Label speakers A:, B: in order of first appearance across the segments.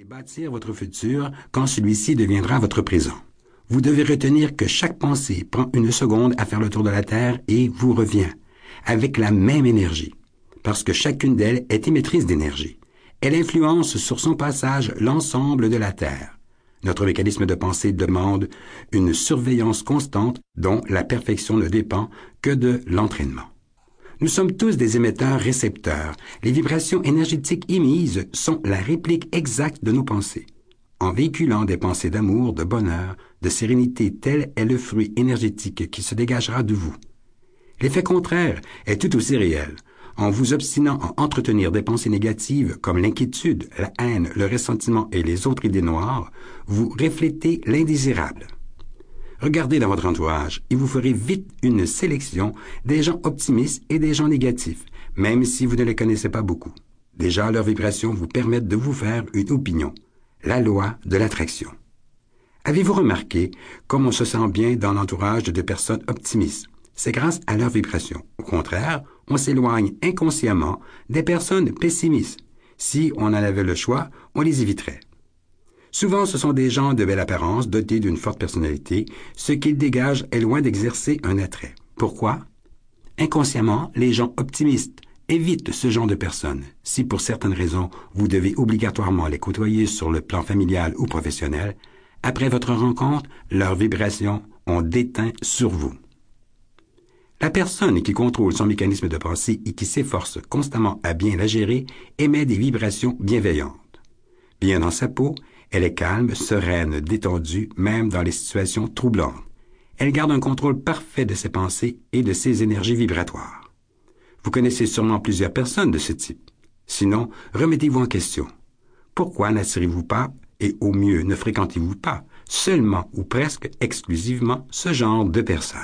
A: allez bâtir votre futur quand celui-ci deviendra votre présent. Vous devez retenir que chaque pensée prend une seconde à faire le tour de la Terre et vous revient, avec la même énergie, parce que chacune d'elles est émettrice d'énergie. Elle influence sur son passage l'ensemble de la Terre. Notre mécanisme de pensée demande une surveillance constante dont la perfection ne dépend que de l'entraînement. Nous sommes tous des émetteurs-récepteurs. Les vibrations énergétiques émises sont la réplique exacte de nos pensées. En véhiculant des pensées d'amour, de bonheur, de sérénité, tel est le fruit énergétique qui se dégagera de vous. L'effet contraire est tout aussi réel. En vous obstinant à entretenir des pensées négatives comme l'inquiétude, la haine, le ressentiment et les autres idées noires, vous reflétez l'indésirable. Regardez dans votre entourage et vous ferez vite une sélection des gens optimistes et des gens négatifs, même si vous ne les connaissez pas beaucoup. Déjà, leurs vibrations vous permettent de vous faire une opinion. La loi de l'attraction. Avez-vous remarqué comme on se sent bien dans l'entourage de personnes optimistes? C'est grâce à leurs vibrations. Au contraire, on s'éloigne inconsciemment des personnes pessimistes. Si on en avait le choix, on les éviterait. Souvent, ce sont des gens de belle apparence, dotés d'une forte personnalité. Ce qu'ils dégagent est loin d'exercer un attrait. Pourquoi? Inconsciemment, les gens optimistes évitent ce genre de personnes. Si pour certaines raisons, vous devez obligatoirement les côtoyer sur le plan familial ou professionnel, après votre rencontre, leurs vibrations ont déteint sur vous. La personne qui contrôle son mécanisme de pensée et qui s'efforce constamment à bien la gérer émet des vibrations bienveillantes. Bien dans sa peau, elle est calme, sereine, détendue, même dans les situations troublantes. Elle garde un contrôle parfait de ses pensées et de ses énergies vibratoires. Vous connaissez sûrement plusieurs personnes de ce type. Sinon, remettez-vous en question. Pourquoi n'attirez-vous pas, et au mieux ne fréquentez-vous pas, seulement ou presque exclusivement ce genre de personnes?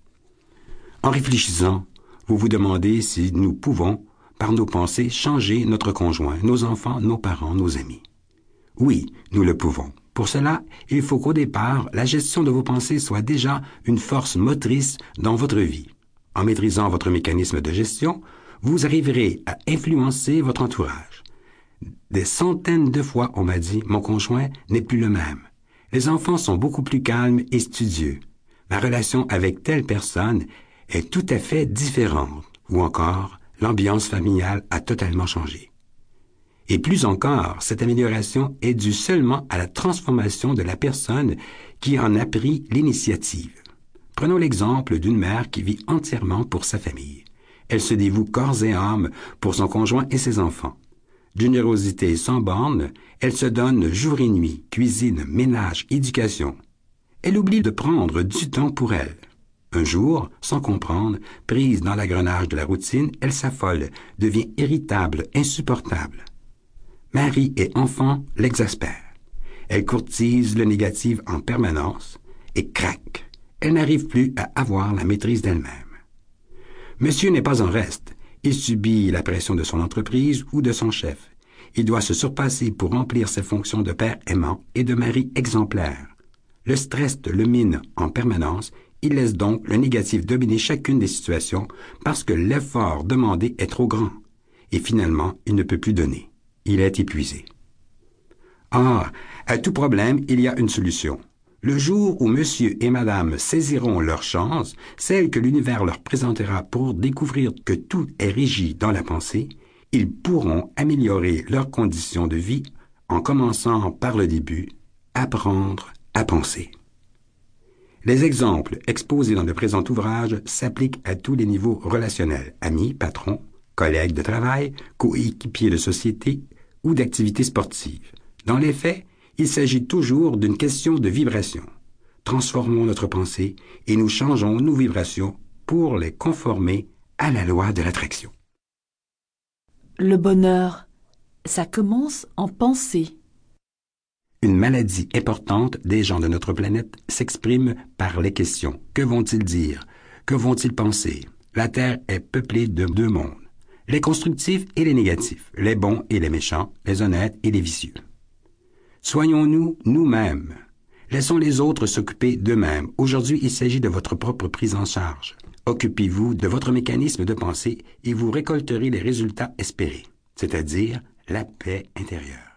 A: En réfléchissant, vous vous demandez si nous pouvons, par nos pensées, changer notre conjoint, nos enfants, nos parents, nos amis. Oui, nous le pouvons. Pour cela, il faut qu'au départ, la gestion de vos pensées soit déjà une force motrice dans votre vie. En maîtrisant votre mécanisme de gestion, vous arriverez à influencer votre entourage. Des centaines de fois, on m'a dit, mon conjoint n'est plus le même. Les enfants sont beaucoup plus calmes et studieux. Ma relation avec telle personne est tout à fait différente. Ou encore, l'ambiance familiale a totalement changé. Et plus encore, cette amélioration est due seulement à la transformation de la personne qui en a pris l'initiative. Prenons l'exemple d'une mère qui vit entièrement pour sa famille. Elle se dévoue corps et âme pour son conjoint et ses enfants. D'une générosité sans borne, elle se donne jour et nuit, cuisine, ménage, éducation. Elle oublie de prendre du temps pour elle. Un jour, sans comprendre, prise dans l'engrenage de la routine, elle s'affole, devient irritable, insupportable. Mari et enfants l'exaspèrent. Elle courtise le négatif en permanence et craque. Elle n'arrive plus à avoir la maîtrise d'elle-même. Monsieur n'est pas en reste. Il subit la pression de son entreprise ou de son chef. Il doit se surpasser pour remplir ses fonctions de père aimant et de mari exemplaire. Le stress le mine en permanence. Il laisse donc le négatif dominer chacune des situations parce que l'effort demandé est trop grand. Et finalement, il ne peut plus donner. Il est épuisé. Or, à tout problème, il y a une solution. Le jour où monsieur et madame saisiront leur chance, celle que l'univers leur présentera pour découvrir que tout est régi dans la pensée, ils pourront améliorer leurs conditions de vie en commençant par le début, apprendre à penser. Les exemples exposés dans le présent ouvrage s'appliquent à tous les niveaux relationnels, amis, patrons, collègues de travail, coéquipiers de société ou d'activités sportives. Dans les faits, il s'agit toujours d'une question de vibration. Transformons notre pensée et nous changeons nos vibrations pour les conformer à la loi de l'attraction.
B: Le bonheur, ça commence en pensée.
A: Une maladie importante des gens de notre planète s'exprime par les questions. Que vont-ils dire? Que vont-ils penser? La Terre est peuplée de deux mondes. Les constructifs et les négatifs, les bons et les méchants, les honnêtes et les vicieux. Soignons-nous nous-mêmes. Laissons les autres s'occuper d'eux-mêmes. Aujourd'hui, il s'agit de votre propre prise en charge. Occupez-vous de votre mécanisme de pensée et vous récolterez les résultats espérés, c'est-à-dire la paix intérieure.